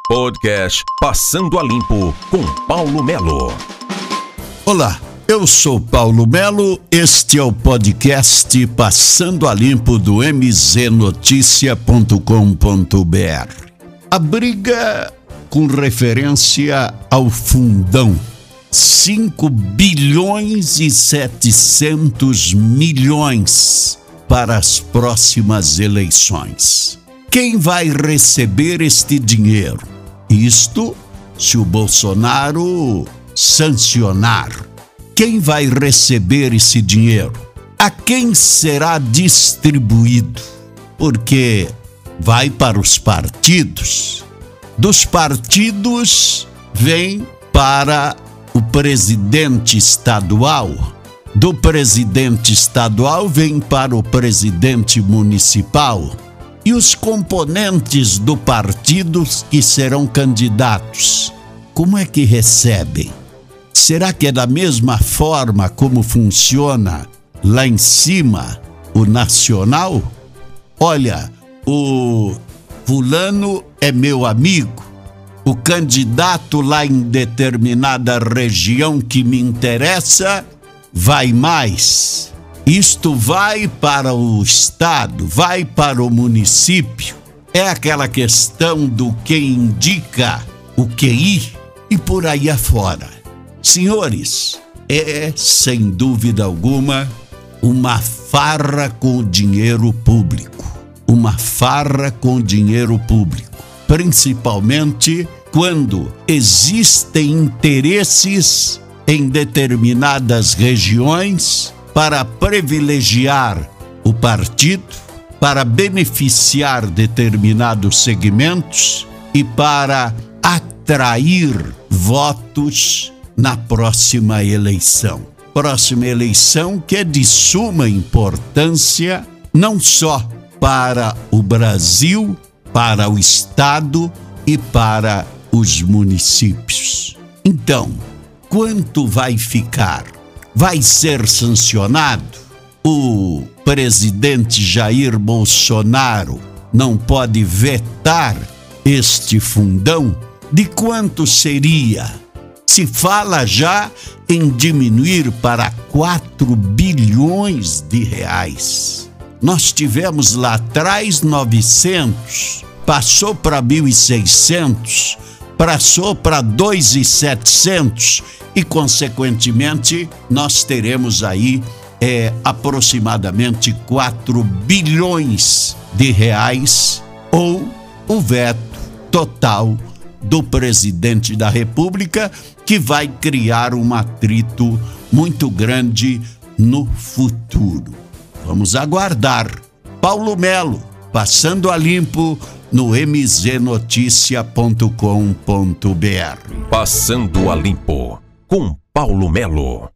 Podcast Passando a Limpo com Paulo Melo. Olá, eu sou Paulo Melo, este é o podcast Passando a Limpo do mznoticia.com.br. A briga com referência ao fundão, 5 bilhões e 700 milhões para as próximas eleições. Quem vai receber este dinheiro? Isto se o Bolsonaro sancionar. Quem vai receber esse dinheiro? A quem será distribuído? Porque vai para os partidos. Dos partidos vem para o presidente estadual. Do presidente estadual vem para o presidente municipal. E os componentes do partido que serão candidatos, como é que recebem? Será que é da mesma forma como funciona lá em cima o nacional? Olha, o fulano é meu amigo, o candidato lá em determinada região que me interessa vai mais. Isto vai para o estado, vai para o município. É aquela questão do que indica o QI e por aí afora. Senhores, é sem dúvida alguma uma farra com o dinheiro público. Uma farra com o dinheiro público. Principalmente quando existem interesses em determinadas regiões para privilegiar o partido, para beneficiar determinados segmentos e para atrair votos na próxima eleição. Próxima eleição que é de suma importância não só para o Brasil, para o estado e para os municípios. Então, quanto vai ficar? Vai ser sancionado? O presidente Jair Bolsonaro não pode vetar este fundão? De quanto seria? Se fala já em diminuir para 4 bilhões de reais. Nós tivemos lá atrás 900, passou para 1.600, passou para 2.700 e, consequentemente, nós teremos aí aproximadamente 4 bilhões de reais ou o veto total do presidente da República, que vai criar um atrito muito grande no futuro. Vamos aguardar. Paulo Melo, Passando a Limpo no mznoticia.com.br. Passando a Limpo com Paulo Melo.